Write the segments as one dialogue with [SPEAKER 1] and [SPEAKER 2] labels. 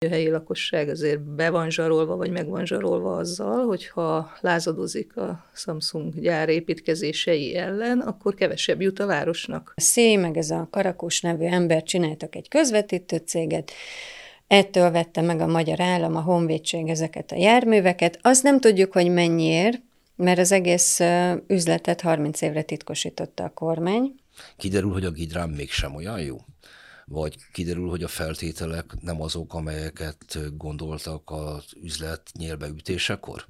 [SPEAKER 1] A helyi lakosság azért be van zsarolva, vagy meg van zsarolva azzal, hogyha lázadozik a Samsung gyár építkezései ellen, akkor kevesebb jut a városnak.
[SPEAKER 2] A Széj, meg ez a Karakós nevű ember csináltak egy közvetítő céget, ettől vette meg a magyar állam, a honvédség ezeket a járműveket. Azt nem tudjuk, hogy mennyiért, mert az egész üzletet 30 évre titkosította a kormány.
[SPEAKER 3] Kiderül, hogy a Gidrám mégsem olyan jó? Vagy kiderül, hogy a feltételek nem azok, amelyeket gondoltak az üzlet nyélbeütésekor?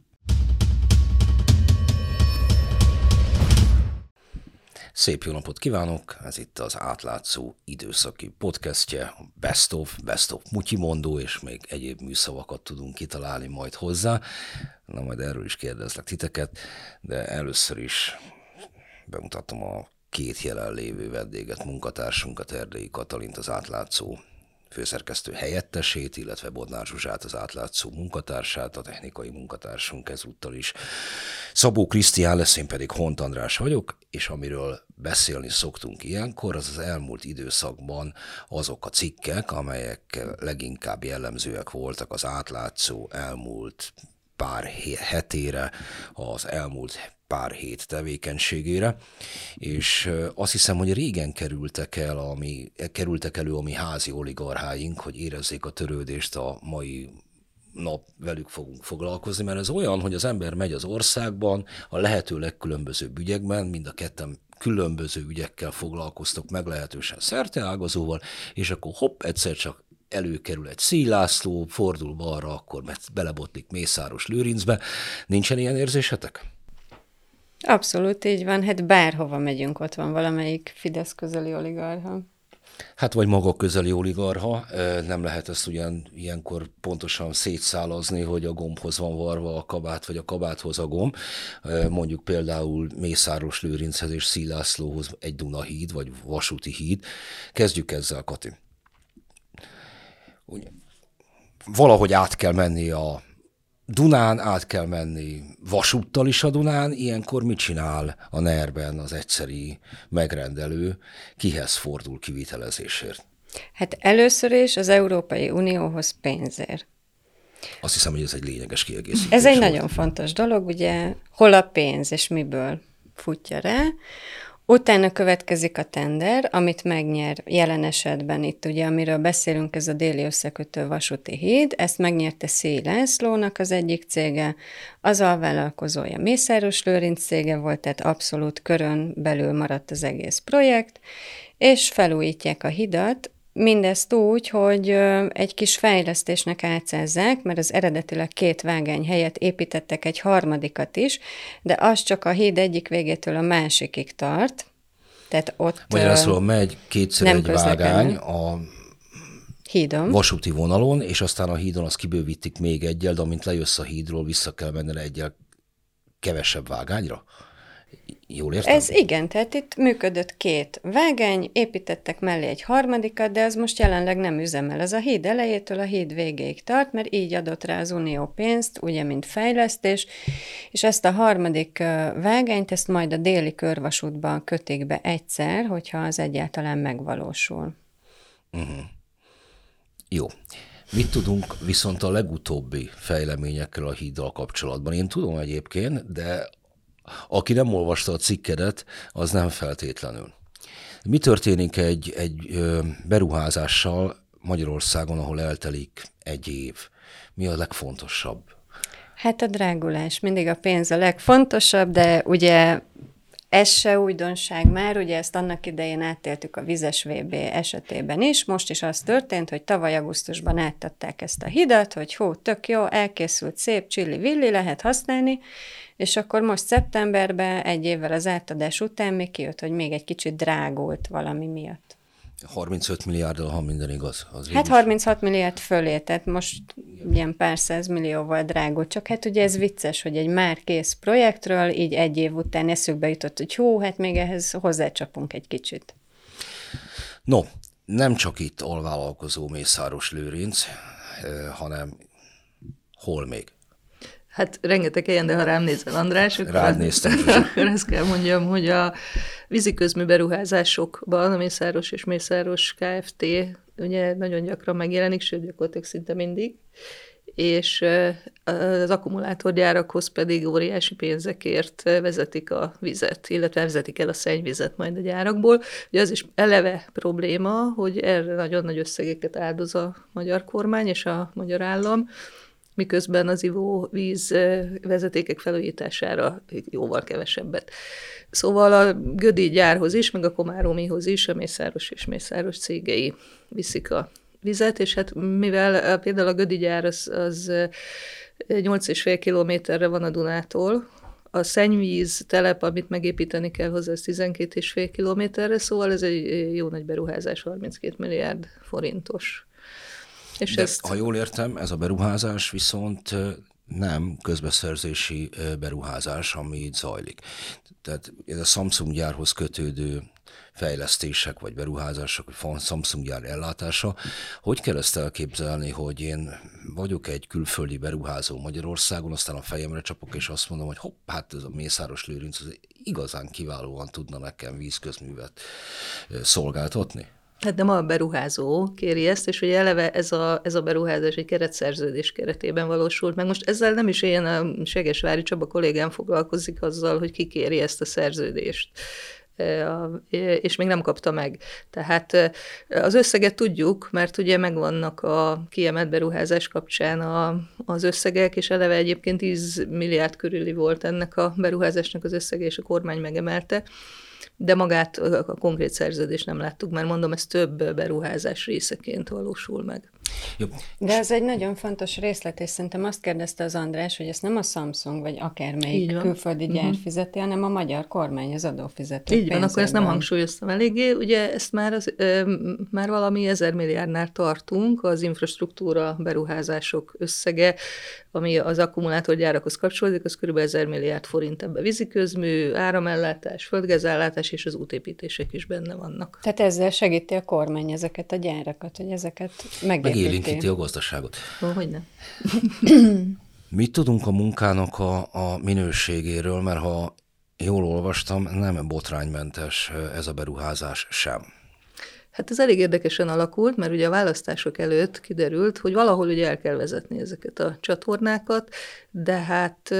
[SPEAKER 3] Szép jó napot kívánok! Ez itt az Átlátszó időszaki podcastje, Best of mutyimondó, és még egyéb műszavakat tudunk kitalálni majd hozzá. Na, majd erről is kérdezlek titeket, de először is bemutatom a két jelenlévő vendéget, munkatársunkat, Erdélyi Katalint, az Átlátszó főszerkesztő helyettesét, illetve Bodnár Zsuzsát, az Átlátszó munkatársát, a technikai munkatársunk ezúttal is. Szabó Krisztián lesz, én pedig Hont András vagyok, és amiről beszélni szoktunk ilyenkor, az az elmúlt időszakban azok a cikkek, amelyek leginkább jellemzőek voltak az Átlátszó elmúlt pár hetére, az elmúlt pár hét tevékenységére, és azt hiszem, hogy régen kerültek elő a mi házi oligarcháink, hogy érezzék a törődést, a mai nap velük fogunk foglalkozni, mert ez olyan, hogy az ember megy az országban a lehető legkülönbözőbb ügyekben, mind a ketten különböző ügyekkel foglalkoztok meglehetősen szerteágazóval, és akkor hopp, egyszer csak előkerül egy Széj László, fordul balra, akkor belebotlik Mészáros Lőrincbe. Nincsen ilyen érzésetek?
[SPEAKER 2] Abszolút így van, hát bárhova megyünk, ott van valamelyik Fidesz közeli oligarcha.
[SPEAKER 3] Hát vagy maga közeli oligarcha, nem lehet ezt ugyan ilyenkor pontosan szétszálazni, hogy a gombhoz van varva a kabát, vagy a kabáthoz a gomb. Mondjuk például Mészáros Lőrinchez és Széj Lászlóhoz egy Dunahíd, vagy vasúti híd. Kezdjük ezzel, Kati. Valahogy át kell menni a Dunán, át kell menni vasúttal is a Dunán, ilyenkor mit csinál a NER-ben az egyszeri megrendelő, kihez fordul kivitelezésért?
[SPEAKER 2] Hát először is az Európai Unióhoz pénzért.
[SPEAKER 3] Azt hiszem, hogy ez egy lényeges kiegészítés.
[SPEAKER 2] Ez egy nagyon fontos dolog, ugye, hol a pénz és miből futja rá. Utána következik a tender, amit megnyer jelen esetben itt, ugye, amiről beszélünk, ez a déli összekötő vasúti híd, ezt megnyerte Széj Lászlónak az egyik cége, az alvállalkozója Mészáros Lőrinc cége volt, tehát abszolút körön belül maradt az egész projekt, és felújítják a hidat, mindezt úgy, hogy egy kis fejlesztésnek átszázzák, mert az eredetileg 2 vágány helyett építettek egy harmadikat is, de az csak a híd egyik végétől a másikig tart. Tehát ott
[SPEAKER 3] Magyarul megy kétszer egy vágány a
[SPEAKER 2] hídon,
[SPEAKER 3] vasúti vonalon, és aztán a hídon azt kibővítik még egyel, de amint lejössz a hídról, vissza kell menned egyel kevesebb vágányra. Jól értem?
[SPEAKER 2] Ez igen, tehát itt működött 2 vágány, építettek mellé egy harmadikat, de az most jelenleg nem üzemel. Ez a híd elejétől a híd végéig tart, mert így adott rá az Unió pénzt, ugye, mint fejlesztés, és ezt a harmadik vágányt, ezt majd a déli körvasútban kötik be egyszer, hogyha az egyáltalán megvalósul.
[SPEAKER 3] Uh-huh. Jó. Mit tudunk viszont a legutóbbi fejleményekkel a híddal kapcsolatban? Én tudom egyébként, de aki nem olvasta a cikkedet, az nem feltétlenül. Mi történik egy beruházással Magyarországon, ahol eltelik egy év? Mi a legfontosabb?
[SPEAKER 2] Hát a drágulás. Mindig a pénz a legfontosabb, de ugye ez se újdonság már, ugye ezt annak idején átéltük a vizes VB esetében is, most is az történt, hogy tavaly augusztusban átadták ezt a hidat, hogy tök jó, elkészült, szép, csilli-villi, lehet használni, és akkor most szeptemberben, egy évvel az átadás után még kijött, hogy még egy kicsit drágult valami miatt.
[SPEAKER 3] 35 milliárddal, ha minden igaz.
[SPEAKER 2] Hát 36 milliárd fölé, tehát most ilyen pár 100 millióval drágult. Csak hát ugye ez vicces, hogy egy már kész projektről így egy év után eszükbe jutott, hogy hát még ehhez hozzácsapunk egy kicsit.
[SPEAKER 3] No, nem csak itt alvállalkozó Mészáros Lőrinc, hanem hol még?
[SPEAKER 1] Hát rengeteg helyen, de ha rám nézel, András,
[SPEAKER 3] akkor
[SPEAKER 1] azt kell mondjam, hogy a víziközmű beruházásokban a Mészáros és Mészáros Kft. ugye nagyon gyakran megjelenik, sőt, gyakorlatilag szinte mindig, és az akkumulátorgyárakhoz pedig óriási pénzekért vezetik a vizet, illetve vezetik el a szennyvizet majd a gyárakból. Ugye az is eleve probléma, hogy erre nagyon nagy összegeket áldoz a magyar kormány és a magyar állam, miközben az ivóvíz vezetékek felújítására jóval kevesebbet. Szóval a Gödi gyárhoz is, meg a komáromihoz is a Mészáros és Mészáros cégei viszik a vizet, és hát mivel például a Gödi gyár az 8,5 kilométerre van a Dunától, a szennyvíz telep, amit megépíteni kell hozzá, az 12,5 kilométerre, szóval ez egy jó nagy beruházás, 32 milliárd forintos. És
[SPEAKER 3] de ha jól értem, ez a beruházás viszont nem közbeszerzési beruházás, ami itt zajlik. Tehát ez a Samsung gyárhoz kötődő fejlesztések, vagy beruházások, vagy Samsung gyár ellátása. Hogy kell ezt elképzelni, hogy én vagyok egy külföldi beruházó Magyarországon, aztán a fejemre csapok, és azt mondom, hogy hopp, hát ez a Mészáros Lőrinc az igazán kiválóan tudna nekem vízközművet szolgáltatni?
[SPEAKER 1] Hát nem a beruházó kéri ezt, és ugye eleve ez a beruházás egy keretszerződés keretében valósult meg. Most ezzel nem is én, a Segesvári Csaba kollégám foglalkozik azzal, hogy ki kéri ezt a szerződést, és még nem kapta meg. Tehát az összeget tudjuk, mert ugye megvannak a kiemelt beruházás kapcsán az összegek, és eleve egyébként 10 milliárd körüli volt ennek a beruházásnak az összege, és a kormány megemelte. De magát a konkrét szerződést nem láttuk, mert mondom, ez több beruházás részeként valósul meg.
[SPEAKER 2] Jó. De ez egy nagyon fontos részlet, és szerintem azt kérdezte az András, hogy ezt nem a Samsung, vagy akármelyik külföldi gyár fizeti, hanem a magyar kormány, az adófizető.
[SPEAKER 1] Így van, akkor ezt nem hangsúlyoztam eléggé. Ugye ezt már valami 1000 milliárdnál tartunk, az infrastruktúra beruházások összege, ami az akkumulátorgyárakhoz kapcsolódik, az kb. 1000 milliárd forint, ebbe víziközmű, áramellátás, földgázellátás és az útépítések is benne vannak.
[SPEAKER 2] Tehát ezzel segíti a kormány ezeket a gyárakat, hogy ezeket
[SPEAKER 3] megélénkíti a gazdaságot.
[SPEAKER 1] Hogyne.
[SPEAKER 3] Mit tudunk a munkának a minőségéről, mert ha jól olvastam, nem botránymentes ez a beruházás sem.
[SPEAKER 1] Hát ez elég érdekesen alakult, mert ugye a választások előtt kiderült, hogy valahol ugye el kell vezetni ezeket a csatornákat, de hát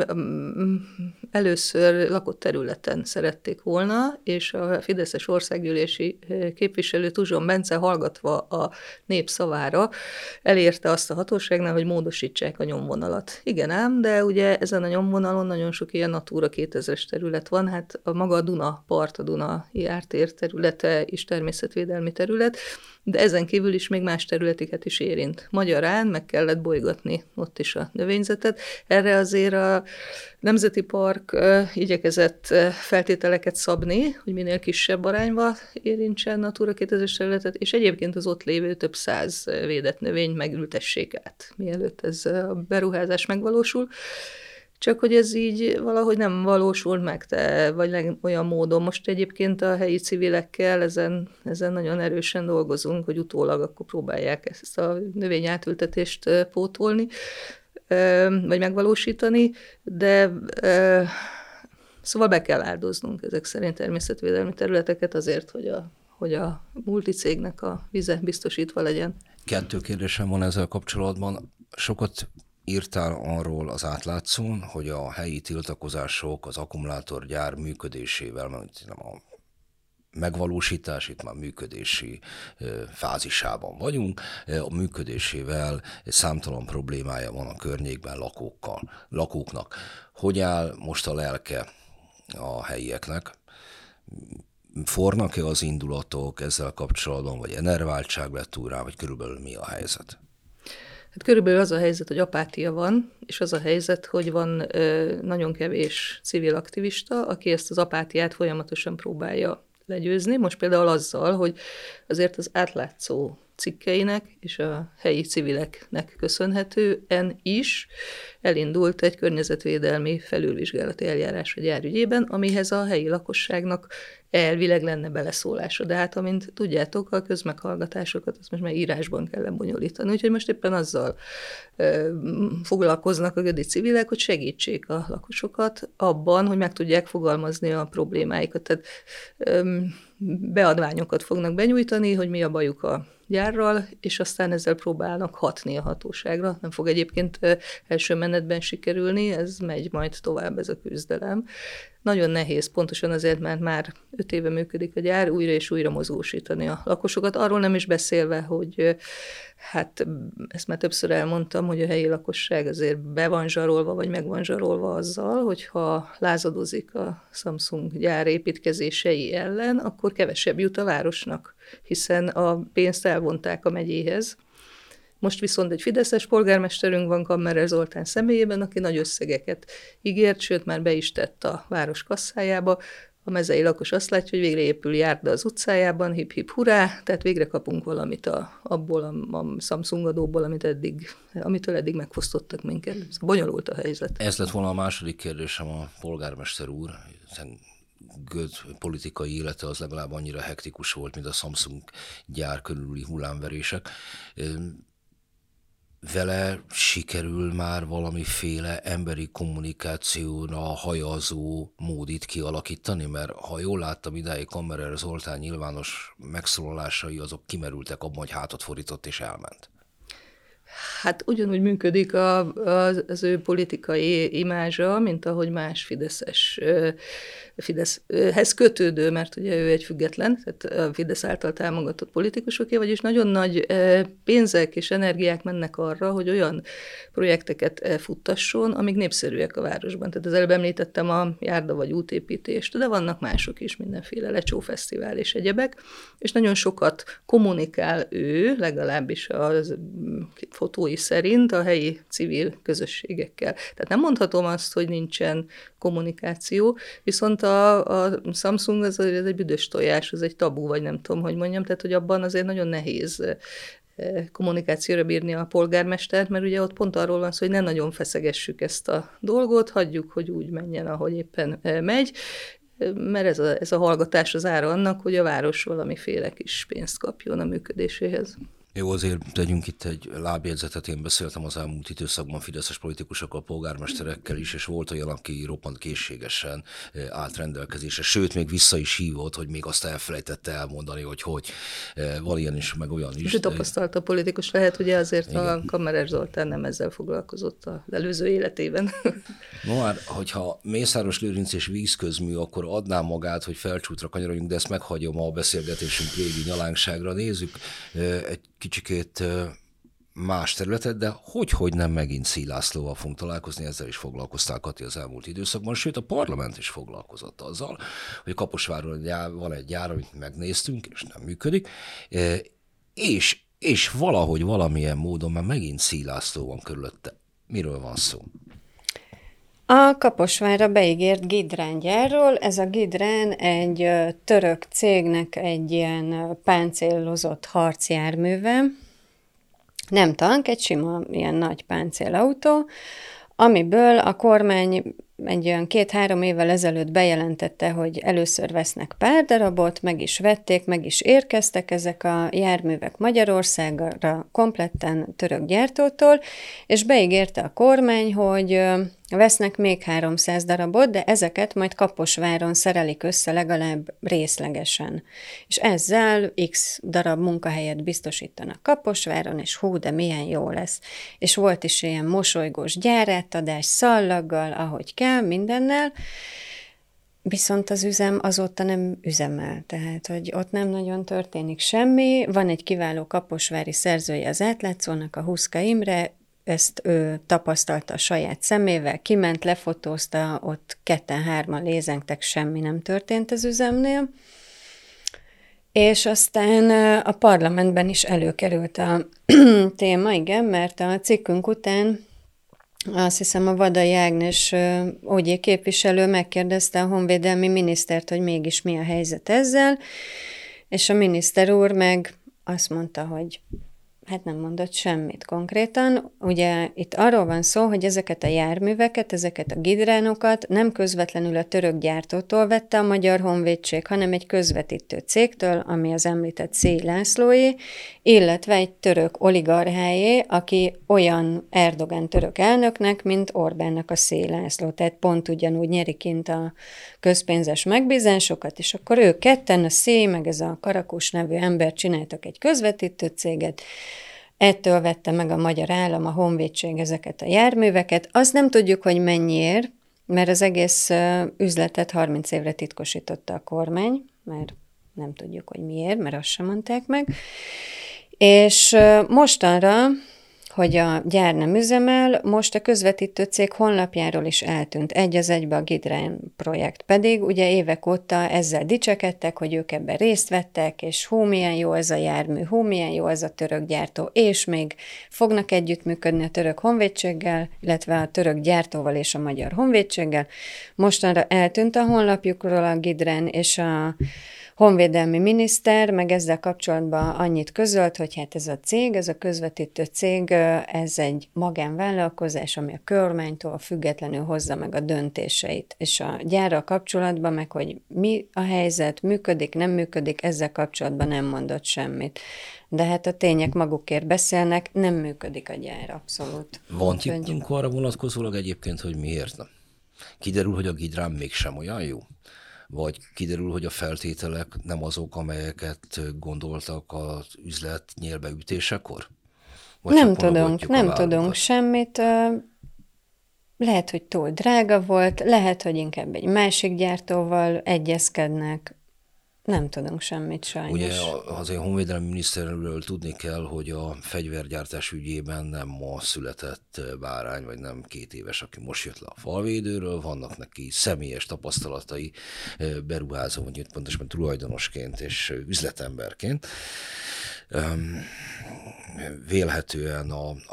[SPEAKER 1] először lakott területen szerették volna, és a fideszes országgyűlési képviselő Tuzson Bence hallgatva a nép szavára elérte azt a hatóságnál, hogy módosítsák a nyomvonalat. Igen ám, de ugye ezen a nyomvonalon nagyon sok ilyen Natura 2000-es terület van, hát a maga a Duna part, a Duna jártér területe is természetvédelmi terület, de ezen kívül is még más területeket is érint. Magyarán meg kellett bolygatni ott is a növényzetet. Erre azért a Nemzeti Park igyekezett feltételeket szabni, hogy minél kisebb arányba érintsen Natura 2000-es területet, és egyébként az ott lévő több száz védett növényt megültessék át, mielőtt ez a beruházás megvalósul. Csak hogy ez így valahogy nem valósult meg, vagy olyan módon. Most egyébként a helyi civilekkel ezen nagyon erősen dolgozunk, hogy utólag akkor próbálják ezt a növényátültetést pótolni, vagy megvalósítani, de szóval be kell áldoznunk ezek szerint természetvédelmi területeket azért, hogy a multicégnek a vize biztosítva legyen.
[SPEAKER 3] 2 kérdésem van ezzel kapcsolatban. Sokat írtál arról az átlátszón, hogy a helyi tiltakozások az akkumulátorgyár működésével, mert nem a megvalósítás, itt már működési fázisában vagyunk, a működésével számtalan problémája van a környékben lakóknak. Hogy áll most a lelke a helyieknek? Fornak-e az indulatok ezzel kapcsolatban, vagy enerváltság lett úrá, vagy körülbelül mi a helyzet?
[SPEAKER 1] Hát körülbelül az a helyzet, hogy apátia van, és az a helyzet, hogy van nagyon kevés civil aktivista, aki ezt az apátiát folyamatosan próbálja legyőzni. Most például azzal, hogy azért az átlátszó cikkeinek és a helyi civileknek köszönhetően is elindult egy környezetvédelmi felülvizsgálati eljárás a gyár ügyében, amihez a helyi lakosságnak elvileg lenne beleszólása. De hát, amint tudjátok, a közmeghallgatásokat azt most már írásban kell lebonyolítani, úgyhogy most éppen azzal foglalkoznak a gödi civilek, hogy segítsék a lakosokat abban, hogy meg tudják fogalmazni a problémáikat. Tehát beadványokat fognak benyújtani, hogy mi a bajuk a gyárral, és aztán ezzel próbálnak hatni a hatóságra. Nem fog egyébként első menetben sikerülni, ez megy majd tovább ez a küzdelem. Nagyon nehéz, pontosan azért, mert már 5 éve működik a gyár, újra és újra mozgósítani a lakosokat. Arról nem is beszélve, hogy hát ezt már többször elmondtam, hogy a helyi lakosság azért be van zsarolva, vagy meg van zsarolva azzal, hogyha lázadozik a Samsung gyár építkezései ellen, akkor kevesebb jut a városnak, hiszen a pénzt elvonták a megyéhez. Most viszont egy fideszes polgármesterünk van Kammerer Zoltán személyében, aki nagy összegeket ígért, sőt már be is tett a város kasszájába. A mezei lakos azt látja, hogy végre épül járda az utcájában, hip-hip hurrá, tehát végre kapunk valamit abból a Samsung adóból, amitől eddig megfosztottak minket. Bonyolult a helyzet.
[SPEAKER 3] Ez lett volna a második kérdésem a polgármester úr, hiszen Göd politikai élete az legalább annyira hektikus volt, mint a Samsung gyár körüli hullámverések. Vele sikerül már valamiféle emberi kommunikációra hajazó módit kialakítani, mert ha jól láttam idáig Kammerer Zoltán nyilvános megszólalásai, azok kimerültek abban, hogy hátat fordított és elment.
[SPEAKER 1] Hát ugyanúgy működik az ő politikai imázsa, mint ahogy más Fideszhez kötődő, mert ugye ő egy független, tehát a Fidesz által támogatott politikusoké, vagyis nagyon nagy pénzek és energiák mennek arra, hogy olyan projekteket futtasson, amik népszerűek a városban. Tehát az előbb említettem a járda vagy útépítést, de vannak mások is, mindenféle lecsófesztivál és egyebek, és nagyon sokat kommunikál ő, legalábbis az fotói szerint a helyi civil közösségekkel. Tehát nem mondhatom azt, hogy nincsen kommunikáció, viszont a Samsung az egy büdös tojás, az egy tabu, vagy nem tudom, hogy mondjam, tehát hogy abban azért nagyon nehéz kommunikációra bírni a polgármestert, mert ugye ott pont arról van szó, hogy ne nagyon feszegessük ezt a dolgot, hagyjuk, hogy úgy menjen, ahogy éppen megy, mert ez a hallgatás az ára annak, hogy a város valamiféle kis pénzt kapjon a működéséhez.
[SPEAKER 3] Jó, azért tegyünk itt egy lábjegyzetet, én beszéltem az elmúlt időszakban fideszes politikusokkal, polgármesterekkel is, és volt olyan, aki roppant készségesen állt rendelkezésre, sőt, még vissza is hívott, hogy még azt elfelejtette elmondani, hogy van ilyen is, meg olyan is.
[SPEAKER 1] És tapasztalt a politikus lehet, ugye azért igen. A Kammerer Zoltán nem ezzel foglalkozott az előző életében.
[SPEAKER 3] No hát, hogyha Mészáros Lőrinc és vízközmű, akkor adná magát, hogy felcsútra kanyarodjunk, de ezt meghagyom a beszélgetésünk régi nyalánkságra. Nézzük egy kicsikét más területet, de hogy nem megint Szíj Lászlóval fogunk találkozni, ezzel is foglalkoztál, Kati, az elmúlt időszakban, sőt a parlament is foglalkozott azzal, hogy Kaposváron van egy gyár, amit megnéztünk, és nem működik, és valahogy valamilyen módon már megint Szíj László van körülötte. Miről van szó?
[SPEAKER 2] A Kaposvárra beígért Gidrán gyárról. Ez a Gidrán egy török cégnek egy ilyen páncélozott harcjárműve, nem tank, egy sima ilyen nagy páncélautó, amiből a kormány egy olyan 2-3 évvel ezelőtt bejelentette, hogy először vesznek pár darabot, meg is vették, meg is érkeztek ezek a járművek Magyarországra kompletten török gyártótól, és beígérte a kormány, hogy vesznek még 300 darabot, de ezeket majd Kaposváron szerelik össze legalább részlegesen. És ezzel x darab munkahelyet biztosítanak Kaposváron, és hú, de milyen jó lesz. És volt is ilyen mosolygós gyárátadás szallaggal, ahogy kell, mindennel, viszont az üzem azóta nem üzemel, tehát, hogy ott nem nagyon történik semmi. Van egy kiváló kaposvári szerzője az Átlátszónak, a Huszka Imre, ezt ő tapasztalta a saját szemével, kiment, lefotózta, ott 2-3 lézengtek, semmi nem történt az üzemnél. És aztán a parlamentben is előkerült a téma, igen, mert a cikkünk után azt hiszem a Vadai Ágnes OGYÉ képviselő megkérdezte a honvédelmi minisztert, hogy mégis mi a helyzet ezzel, és a miniszter úr meg azt mondta, hogy Hát nem mondott semmit konkrétan. Ugye itt arról van szó, hogy ezeket a járműveket, ezeket a gidránokat nem közvetlenül a török gyártótól vette a Magyar Honvédség, hanem egy közvetítő cégtől, ami az említett Szély Lászlóé, illetve egy török oligarcháé, aki olyan Erdogan török elnöknek, mint Orbánnak a Szély László. Tehát pont ugyanúgy nyeri kint a közpénzes megbízásokat, és akkor ők ketten, a Szély, meg ez a Karakus nevű ember csináltak egy közvetítő céget. Ettől vette meg a magyar állam, a honvédség ezeket a járműveket. Azt nem tudjuk, hogy mennyiért, mert az egész üzletet 30 évre titkosította a kormány, mert nem tudjuk, hogy miért, mert azt sem mondták meg. És mostanra, hogy a gyár nem üzemel, most a közvetítő cég honlapjáról is eltűnt egy az egybe a Gidrán projekt. Pedig ugye évek óta ezzel dicsekedtek, hogy ők ebben részt vettek, és hú, milyen jó ez a jármű, hú, milyen jó ez a török gyártó, és még fognak együttműködni a török honvédséggel, illetve a török gyártóval és a magyar honvédséggel. Mostanra eltűnt a honlapjukról a Gidrán, és a honvédelmi miniszter meg ezzel kapcsolatban annyit közölt, hogy hát ez a cég, ez a közvetítő cég, ez egy magánvállalkozás, ami a kormánytól függetlenül hozza meg a döntéseit. És a gyárral kapcsolatban meg, hogy mi a helyzet, működik, nem működik, ezzel kapcsolatban nem mondott semmit. De hát a tények magukért beszélnek, nem működik a gyár, abszolút.
[SPEAKER 3] Van tippünk arra vonatkozólag egyébként, hogy miért nem? Kiderül, hogy a Gidrán mégsem olyan jó? Vagy kiderül, hogy a feltételek nem azok, amelyeket gondoltak az üzlet nyélbeütésekor? Vagy
[SPEAKER 2] nem tudunk semmit. Lehet, hogy túl drága volt, lehet, hogy inkább egy másik gyártóval egyezkednek. Nem tudunk semmit sajnos.
[SPEAKER 3] Ugye azért a honvédelmi miniszterről tudni kell, hogy a fegyvergyártás ügyében nem ma született bárány, vagy nem 2 éves, aki most jött le a falvédőről, vannak neki személyes tapasztalatai beruházó, vagy pontosan tulajdonosként és üzletemberként. Vélhetően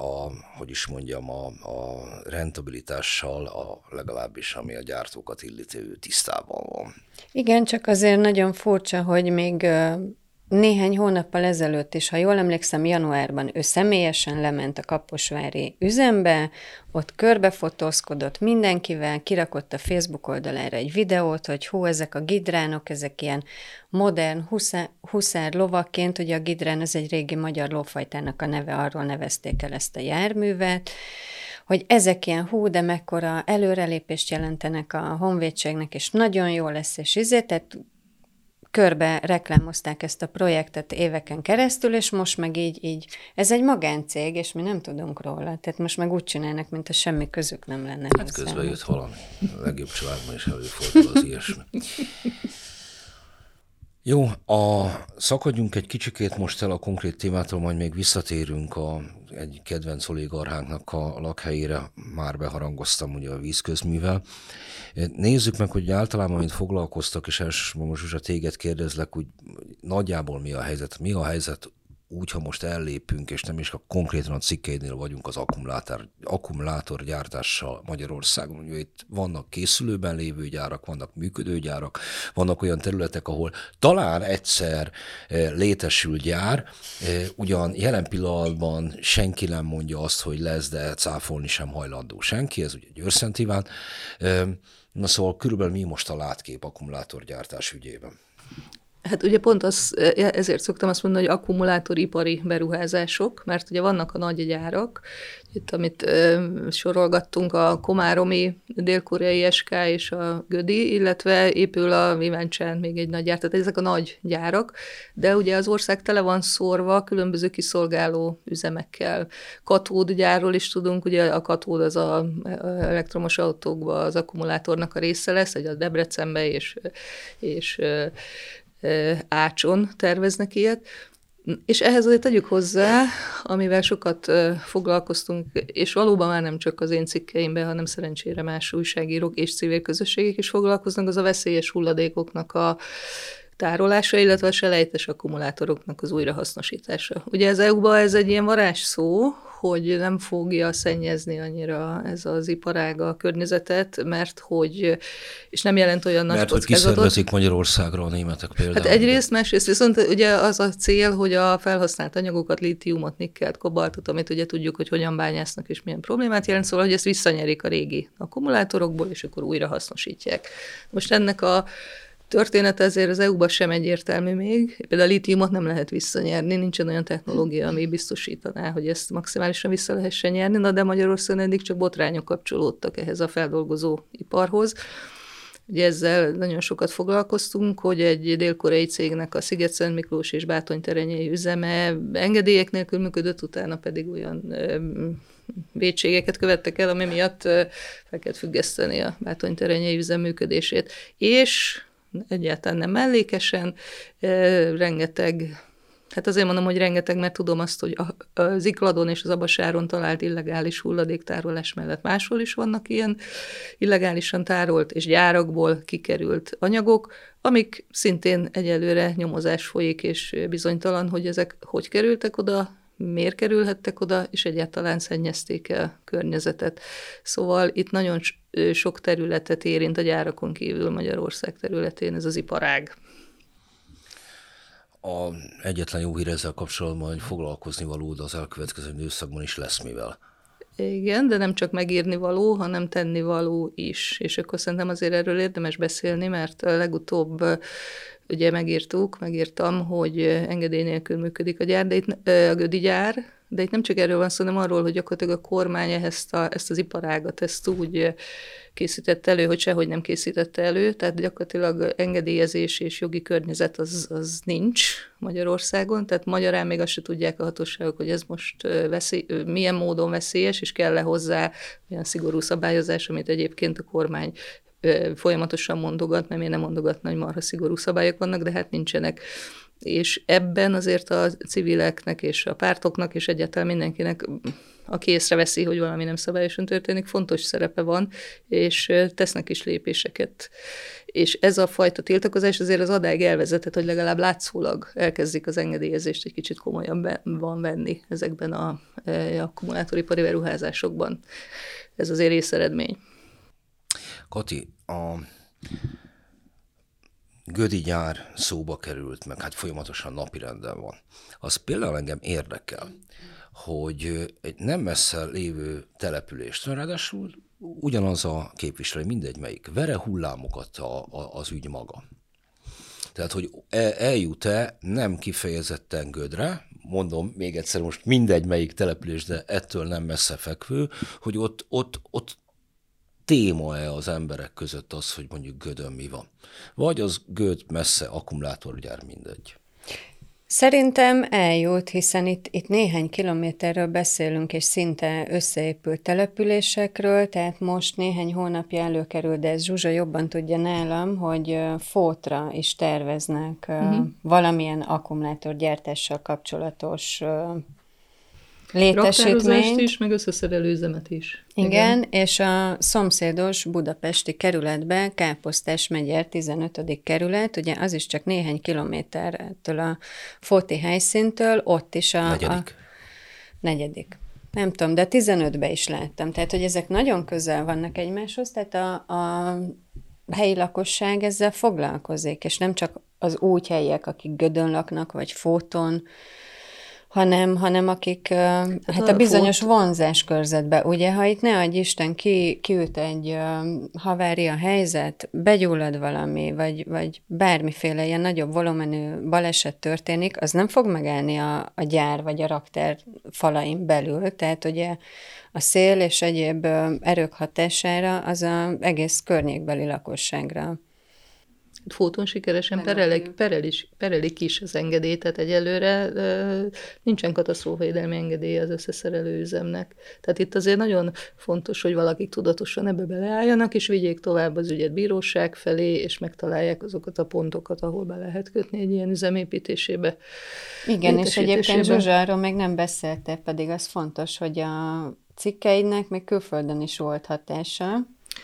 [SPEAKER 3] a rentabilitással, legalábbis ami a gyártókat illeti, tisztában van.
[SPEAKER 2] Igen, csak azért nagyon furcsa, hogy még néhány hónappal ezelőtt is, ha jól emlékszem, januárban ő személyesen lement a kaposvári üzembe, ott körbefotózkodott mindenkivel, kirakott a Facebook oldalára egy videót, hogy hú, ezek a gidránok, ezek ilyen modern huszár lovakként, ugye a gidrán az egy régi magyar lófajtának a neve, arról nevezték el ezt a járművet, hogy ezek ilyen de mekkora előrelépést jelentenek a honvédségnek, és nagyon jó lesz, és tehát körbe reklámozták ezt a projektet éveken keresztül, és most meg így, ez egy magáncég, és mi nem tudunk róla. Tehát most meg úgy csinálnak, mint a semmi közük nem lenne.
[SPEAKER 3] Hát közben jött valami. A legjobb családban is előfordul az ilyesmi. Jó, szakadjunk egy kicsikét most el a konkrét témától, majd még visszatérünk egy kedvenc oligarchánknak a lakhelyére, már beharangoztam ugye a vízközművel. Nézzük meg, hogy általában, mint foglalkoztak, és elsősorban most Zsuzsa, téged kérdezlek, úgy nagyjából mi a helyzet? Mi a helyzet úgy, ha most ellépünk, és nem is konkrétan a cikkeidnél vagyunk az akkumulátorgyártással Magyarországon. Ugye itt vannak készülőben lévő gyárak, vannak működő gyárak, vannak olyan területek, ahol talán egyszer létesül gyár, ugyan jelen pillanatban senki nem mondja azt, hogy lesz, de cáfolni sem hajlandó senki, ez ugye Győr-Szent Iván. Na szóval körülbelül mi most a látkép akkumulátorgyártás ügyében?
[SPEAKER 1] Hát ugye pont ezért szoktam azt mondani, hogy akkumulátoripari beruházások, mert ugye vannak a nagy gyárak, itt amit sorolgattunk, a komáromi dél-koreai SK és a Gödi, illetve épül a Ivánccsán még egy nagy gyár, tehát ezek a nagy gyárak, de ugye az ország tele van szórva különböző kiszolgáló üzemekkel. Katódgyárról is tudunk, ugye a katód az az elektromos autókban az akkumulátornak a része lesz, egy a Debrecenbe és Ácson terveznek ilyet, és ehhez azért tegyük hozzá, amivel sokat foglalkoztunk, és valóban már nem csak az én cikkeimben, hanem szerencsére más újságírók és civil közösségek is foglalkoznak, az a veszélyes hulladékoknak a tárolása, illetve a selejtes akkumulátoroknak az újrahasznosítása. Ugye az EU-ban ez egy ilyen varázsszó, hogy nem fogja szennyezni annyira ez az iparág a környezetet, és nem jelent olyan nagy kockázatot.
[SPEAKER 3] Mert hogy kiszervezik Magyarországra a németek például.
[SPEAKER 1] Hát egyrészt, másrészt viszont ugye az a cél, hogy a felhasznált anyagokat, lítiumot, nikkelt, kobaltot, amit ugye tudjuk, hogy hogyan bányásznak és milyen problémát jelent, szóval, hogy ezt visszanyerik a régi akkumulátorokból, és akkor újra hasznosítják. Most ennek a története azért az EU-ban sem egyértelmű még. Például a lítiumot nem lehet visszanyerni, nincsen olyan technológia, ami biztosítaná, hogy ezt maximálisan vissza lehessen nyerni, de Magyarországon eddig csak botrányok kapcsolódtak ehhez a feldolgozó iparhoz. Ugye ezzel nagyon sokat foglalkoztunk, hogy egy dél-koreai cégnek a Sziget-Szentmiklós és Bátony-terenyei üzeme engedélyek nélkül működött, utána pedig olyan vétségeket követtek el, ami miatt fel kellett függeszteni a Bátony-terenyei üzem működését. És egyáltalán nem mellékesen, rengeteg, hát azért mondom, hogy rengeteg, mert tudom azt, hogy a Zikladon és az Abasáron talált illegális hulladéktárolás mellett máshol is vannak ilyen illegálisan tárolt és gyárakból kikerült anyagok, amik szintén egyelőre nyomozás folyik, és bizonytalan, hogy ezek hogy kerültek oda, miért kerülhettek oda, és egyáltalán szennyezték el környezetet. Szóval itt nagyon sok területet érint a gyárakon kívül Magyarország területén ez az iparág.
[SPEAKER 3] Egyetlen jó hír ezzel kapcsolatban, hogy foglalkozni való, de az elkövetkező időszakban is lesz mivel.
[SPEAKER 1] Igen, de nem csak megírni való, hanem tenni való is. És akkor szerintem azért erről érdemes beszélni, mert legutóbb ugye megírtam, hogy engedély nélkül működik a gyár, a Gödi gyár, de itt nem csak erről van szó, hanem arról, hogy gyakorlatilag a kormány ezt az iparágat ezt úgy készítette elő, hogy sehogy nem készítette elő, tehát gyakorlatilag engedélyezés és jogi környezet az nincs Magyarországon, tehát magyarán még azt se tudják a hatóságok, hogy ez most milyen módon veszélyes, és kell-e hozzá olyan szigorú szabályozás, amit egyébként a kormány folyamatosan mondogat, mert miért nem mondogatna, hogy marha szigorú szabályok vannak, de hát nincsenek. És ebben azért a civileknek és a pártoknak és egyáltalán mindenkinek, aki észreveszi, hogy valami nem szabályosan történik, fontos szerepe van, és tesznek is lépéseket. És ez a fajta tiltakozás azért az adáig elvezetett, hogy legalább látszólag elkezdik az engedélyezést egy kicsit komolyabban venni ezekben az akkumulátoripari beruházásokban. Ez azért részeredmény.
[SPEAKER 3] Kati, a Gödi gyár szóba került, meg hát folyamatosan napirenden van. Az például engem érdekel, hogy egy nem messze lévő települést, ráadásul ugyanaz a képviselő, mindegy melyik, vere hullámokat az ügy maga. Tehát, hogy eljut-e nem kifejezetten Gödre, mondom még egyszer most mindegy melyik település, de ettől nem messze fekvő, hogy ott téma-e az emberek között az, hogy mondjuk Gödön mi van? Vagy az Göd messze akkumulátorgyár, mindegy?
[SPEAKER 2] Szerintem eljut, hiszen itt néhány kilométerről beszélünk, és szinte összeépült településekről, tehát most néhány hónapja előkerül, de ez Zsuzsa jobban tudja nálam, hogy Fótra is terveznek valamilyen akkumulátorgyártással kapcsolatos létesítményt.
[SPEAKER 1] Raktározást is, meg összeszerelőüzemet is.
[SPEAKER 2] Igen, és a szomszédos budapesti kerületben, Káposztás megyer 15. kerület, ugye az is csak néhány kilométertől a Fóti helyszíntől, ott is a negyedik. Nem tudom, de 15-ben is láttam. Tehát, hogy ezek nagyon közel vannak egymáshoz, tehát a helyi lakosság ezzel foglalkozik, és nem csak az úgy helyiek, akik Gödön laknak, vagy Fóton, hanem akik hát a bizonyos vonzás körzetbe, ugye, ha itt ne adj Isten kiüt egy havária helyzet, begyullad valami, vagy bármiféle ilyen nagyobb volumenű baleset történik, az nem fog megállni a gyár vagy a raktár falain belül, tehát ugye a szél és egyéb erők hatására az az egész környékbeli lakosságra.
[SPEAKER 1] Fóton sikeresen perelik is az engedélyt, tehát egyelőre nincsen katasztrófavédelmi engedélye az összeszerelő üzemnek. Tehát itt azért nagyon fontos, hogy valakik tudatosan ebbe beleálljanak, és vigyék tovább az ügyet bíróság felé, és megtalálják azokat a pontokat, ahol be lehet kötni egy ilyen üzemépítésébe.
[SPEAKER 2] Igen, és egyébként Zsuzsa, arról még nem beszéltél, pedig az fontos, hogy a cikkeidnek még külföldön is volt hatása.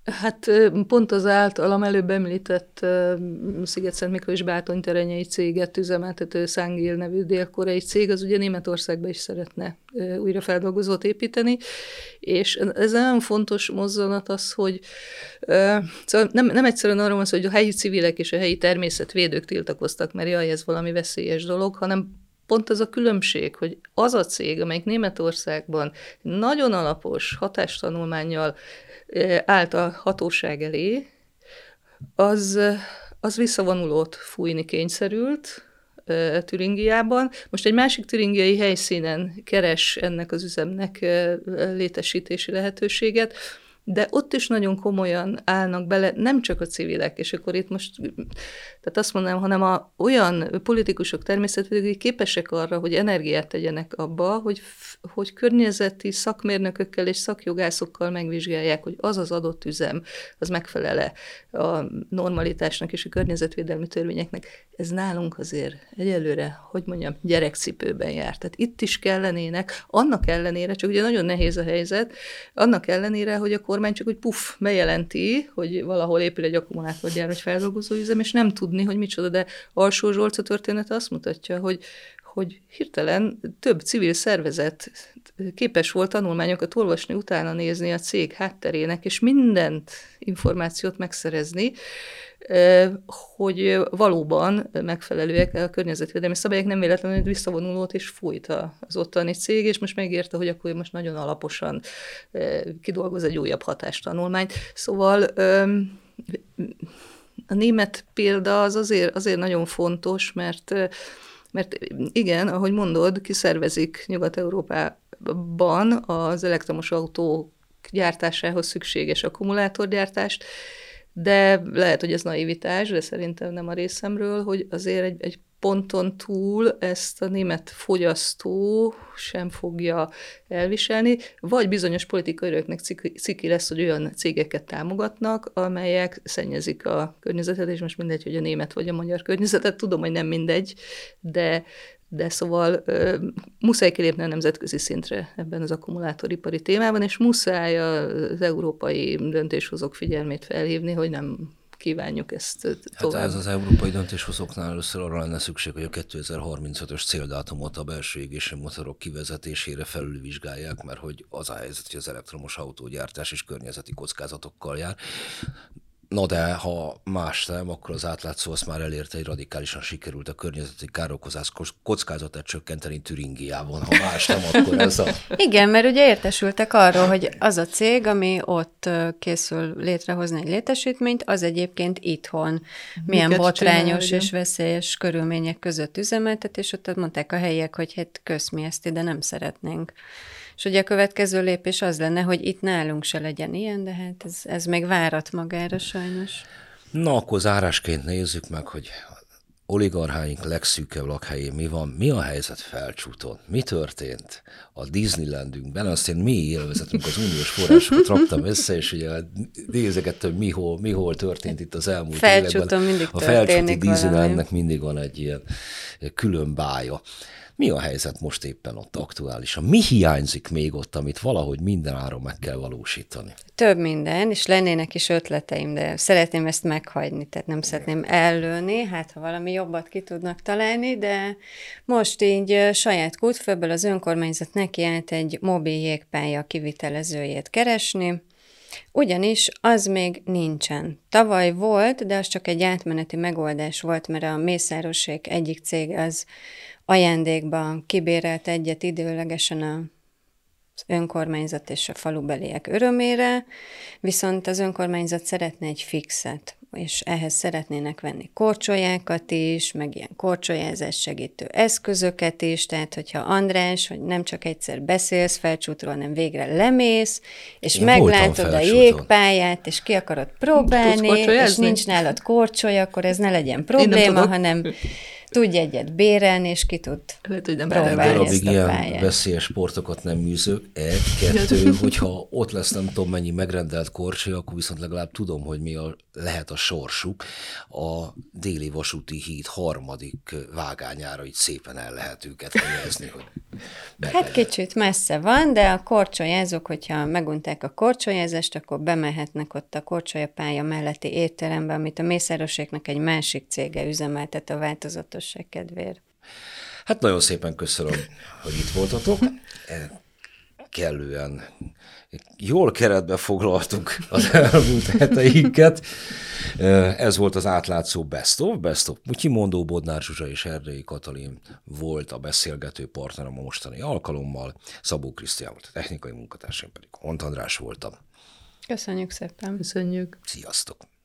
[SPEAKER 1] Hát pont az általam előbb említett Sziget-Szentmiklós és Bátony-terenyei céget üzemeltető Sangil nevű dél-koreai cég, az ugye Németországba is szeretne újrafeldolgozót építeni, és ez nagyon fontos mozzanat az, hogy szóval nem egyszerűen arról van szó, hogy a helyi civilek és a helyi természetvédők tiltakoztak, mert jaj, ez valami veszélyes dolog, hanem pont az a különbség, hogy az a cég, amelyik Németországban nagyon alapos hatástanulmánnyal állt a hatóság elé, az visszavonulót fújni kényszerült Türingiában. Most egy másik türingiai helyszínen keres ennek az üzemnek létesítési lehetőséget, de ott is nagyon komolyan állnak bele, nem csak a civilek, és akkor itt most, tehát azt mondanám, hanem olyan politikusok természetvédők képesek arra, hogy energiát tegyenek abba, hogy környezeti szakmérnökökkel és szakjogászokkal megvizsgálják, hogy az az adott üzem, az megfelele a normalitásnak és a környezetvédelmi törvényeknek. Ez nálunk azért egyelőre, hogy mondjam, gyerekcipőben jár. Tehát itt is kellenének, annak ellenére, csak ugye nagyon nehéz a helyzet, annak ellenére, hogy a kormány csak úgy bejelenti, hogy valahol épül egy akkumulátorgyár vagy feldolgozóüzem, és nem tudni, hogy micsoda, de Alsó Zsolca története azt mutatja, hogy hirtelen több civil szervezet képes volt tanulmányokat olvasni, utána nézni a cég hátterének, és mindent információt megszerezni, hogy valóban megfelelőek a környezetvédelmi szabályok, nem véletlenül visszavonulót is fújt az ottani cég, és most megérte, hogy akkor most nagyon alaposan kidolgoz egy újabb hatástanulmányt. Szóval a német példa az azért nagyon fontos, mert igen, ahogy mondod, kiszervezik Nyugat-Európában az elektromos autók gyártásához szükséges akkumulátorgyártást, de lehet, hogy ez naivitás, de szerintem nem a részemről, hogy azért egy ponton túl ezt a német fogyasztó sem fogja elviselni, vagy bizonyos politikai erőknek ciki lesz, hogy olyan cégeket támogatnak, amelyek szennyezik a környezetet, és most mindegy, hogy a német vagy a magyar környezetet, tudom, hogy nem mindegy, de szóval muszáj kilépni a nemzetközi szintre ebben az akkumulátoripari témában, és muszáj az európai döntéshozók figyelmét felhívni, hogy nem kívánjuk ezt tovább.
[SPEAKER 3] Hát ez az európai döntéshozóknál először arra lenne szükség, hogy a 2035-ös céldátumot a belső égési motorok kivezetésére felülvizsgálják, mert hogy az a helyzet, hogy az elektromos autógyártás is környezeti kockázatokkal jár. Na de ha más nem, akkor az átlátszó azt már elérte, hogy radikálisan sikerült a környezeti károkozás kockázatát csökkenteni Türingiában. Ha más nem, akkor ez a...
[SPEAKER 2] Igen, mert ugye értesültek arról, hogy az a cég, ami ott készül létrehozni egy létesítményt, az egyébként itthon milyen botrányos és veszélyes körülmények között üzemeltet, és ott mondták a helyiek, hogy hát kösz, mi ezt ide nem szeretnénk. És ugye a következő lépés az lenne, hogy itt nálunk se legyen ilyen, de hát ez még várat magára sajnos.
[SPEAKER 3] Na, akkor zárásként nézzük meg, hogy oligarcháink legszűkebb lakhelyén mi van, mi a helyzet Felcsúton, mi történt a Disneylandünkben, azt én mély élvezetünk az uniós forrásokat raktam össze, és ugye nézegettem, mi hol történt itt az elmúlt
[SPEAKER 2] Felcsúton mindig
[SPEAKER 3] a felcsúti
[SPEAKER 2] történik
[SPEAKER 3] Disneylandnek mindig van egy ilyen külön bája. Mi a helyzet most éppen ott aktuálisan? Mi hiányzik még ott, amit valahogy mindenáron meg kell valósítani?
[SPEAKER 2] Több minden, és lennének is ötleteim, de szeretném ezt meghagyni, tehát nem szeretném ellőni, hát ha valami jobbat ki tudnak találni, de most így saját Kútfőből az önkormányzat nekiállt egy mobil jégpálya kivitelezőjét keresni, ugyanis az még nincsen. Tavaly volt, de az csak egy átmeneti megoldás volt, mert a Mészárosék egyik cég az ajándékban kibérelt egyet időlegesen az önkormányzat és a falubeliek örömére, viszont az önkormányzat szeretne egy fixet, és ehhez szeretnének venni korcsolyákat is, meg ilyen korcsolyázás segítő eszközöket is, tehát hogyha András, hogy nem csak egyszer beszélsz Felcsútról, hanem végre lemész, és én meglátod a jégpályát, és ki akarod próbálni, és nincs nálad korcsolya, akkor ez ne legyen probléma, hanem tud egyet bérelni, és ki tud
[SPEAKER 1] Lehet, hogy nem
[SPEAKER 2] próbálni
[SPEAKER 3] darabig
[SPEAKER 2] ezt a
[SPEAKER 3] ilyen
[SPEAKER 2] pályát.
[SPEAKER 3] veszélyes sportokat nem műzök. Kettő, hogyha ott lesz nem tudom mennyi megrendelt korcsolya, akkor viszont legalább tudom, hogy lehet a sorsuk. A déli vasúti híd harmadik vágányára így szépen el lehet őket helyezni, hogy
[SPEAKER 2] Hát kicsit messze van, de a korcsolyázók, hogyha megunták a korcsolyázást, akkor bemehetnek ott a korcsolyapálya melletti étterembe, amit a Mészároséknak egy másik cége üzemeltet a változatosság kedvéért.
[SPEAKER 3] Hát nagyon szépen köszönöm, hogy itt voltatok. Kellően jól keretbe foglaltuk az elmúlt heteinket. Ez volt az átlátszó Best of Mutyimondó, Bodnár Zsuzsa és Erdélyi Katalin volt a beszélgető partnerem a mostani alkalommal, Szabó Krisztián volt a technikai munkatársam, pedig Hont András voltam.
[SPEAKER 2] Köszönjük szépen!
[SPEAKER 1] Köszönjük!
[SPEAKER 3] Sziasztok!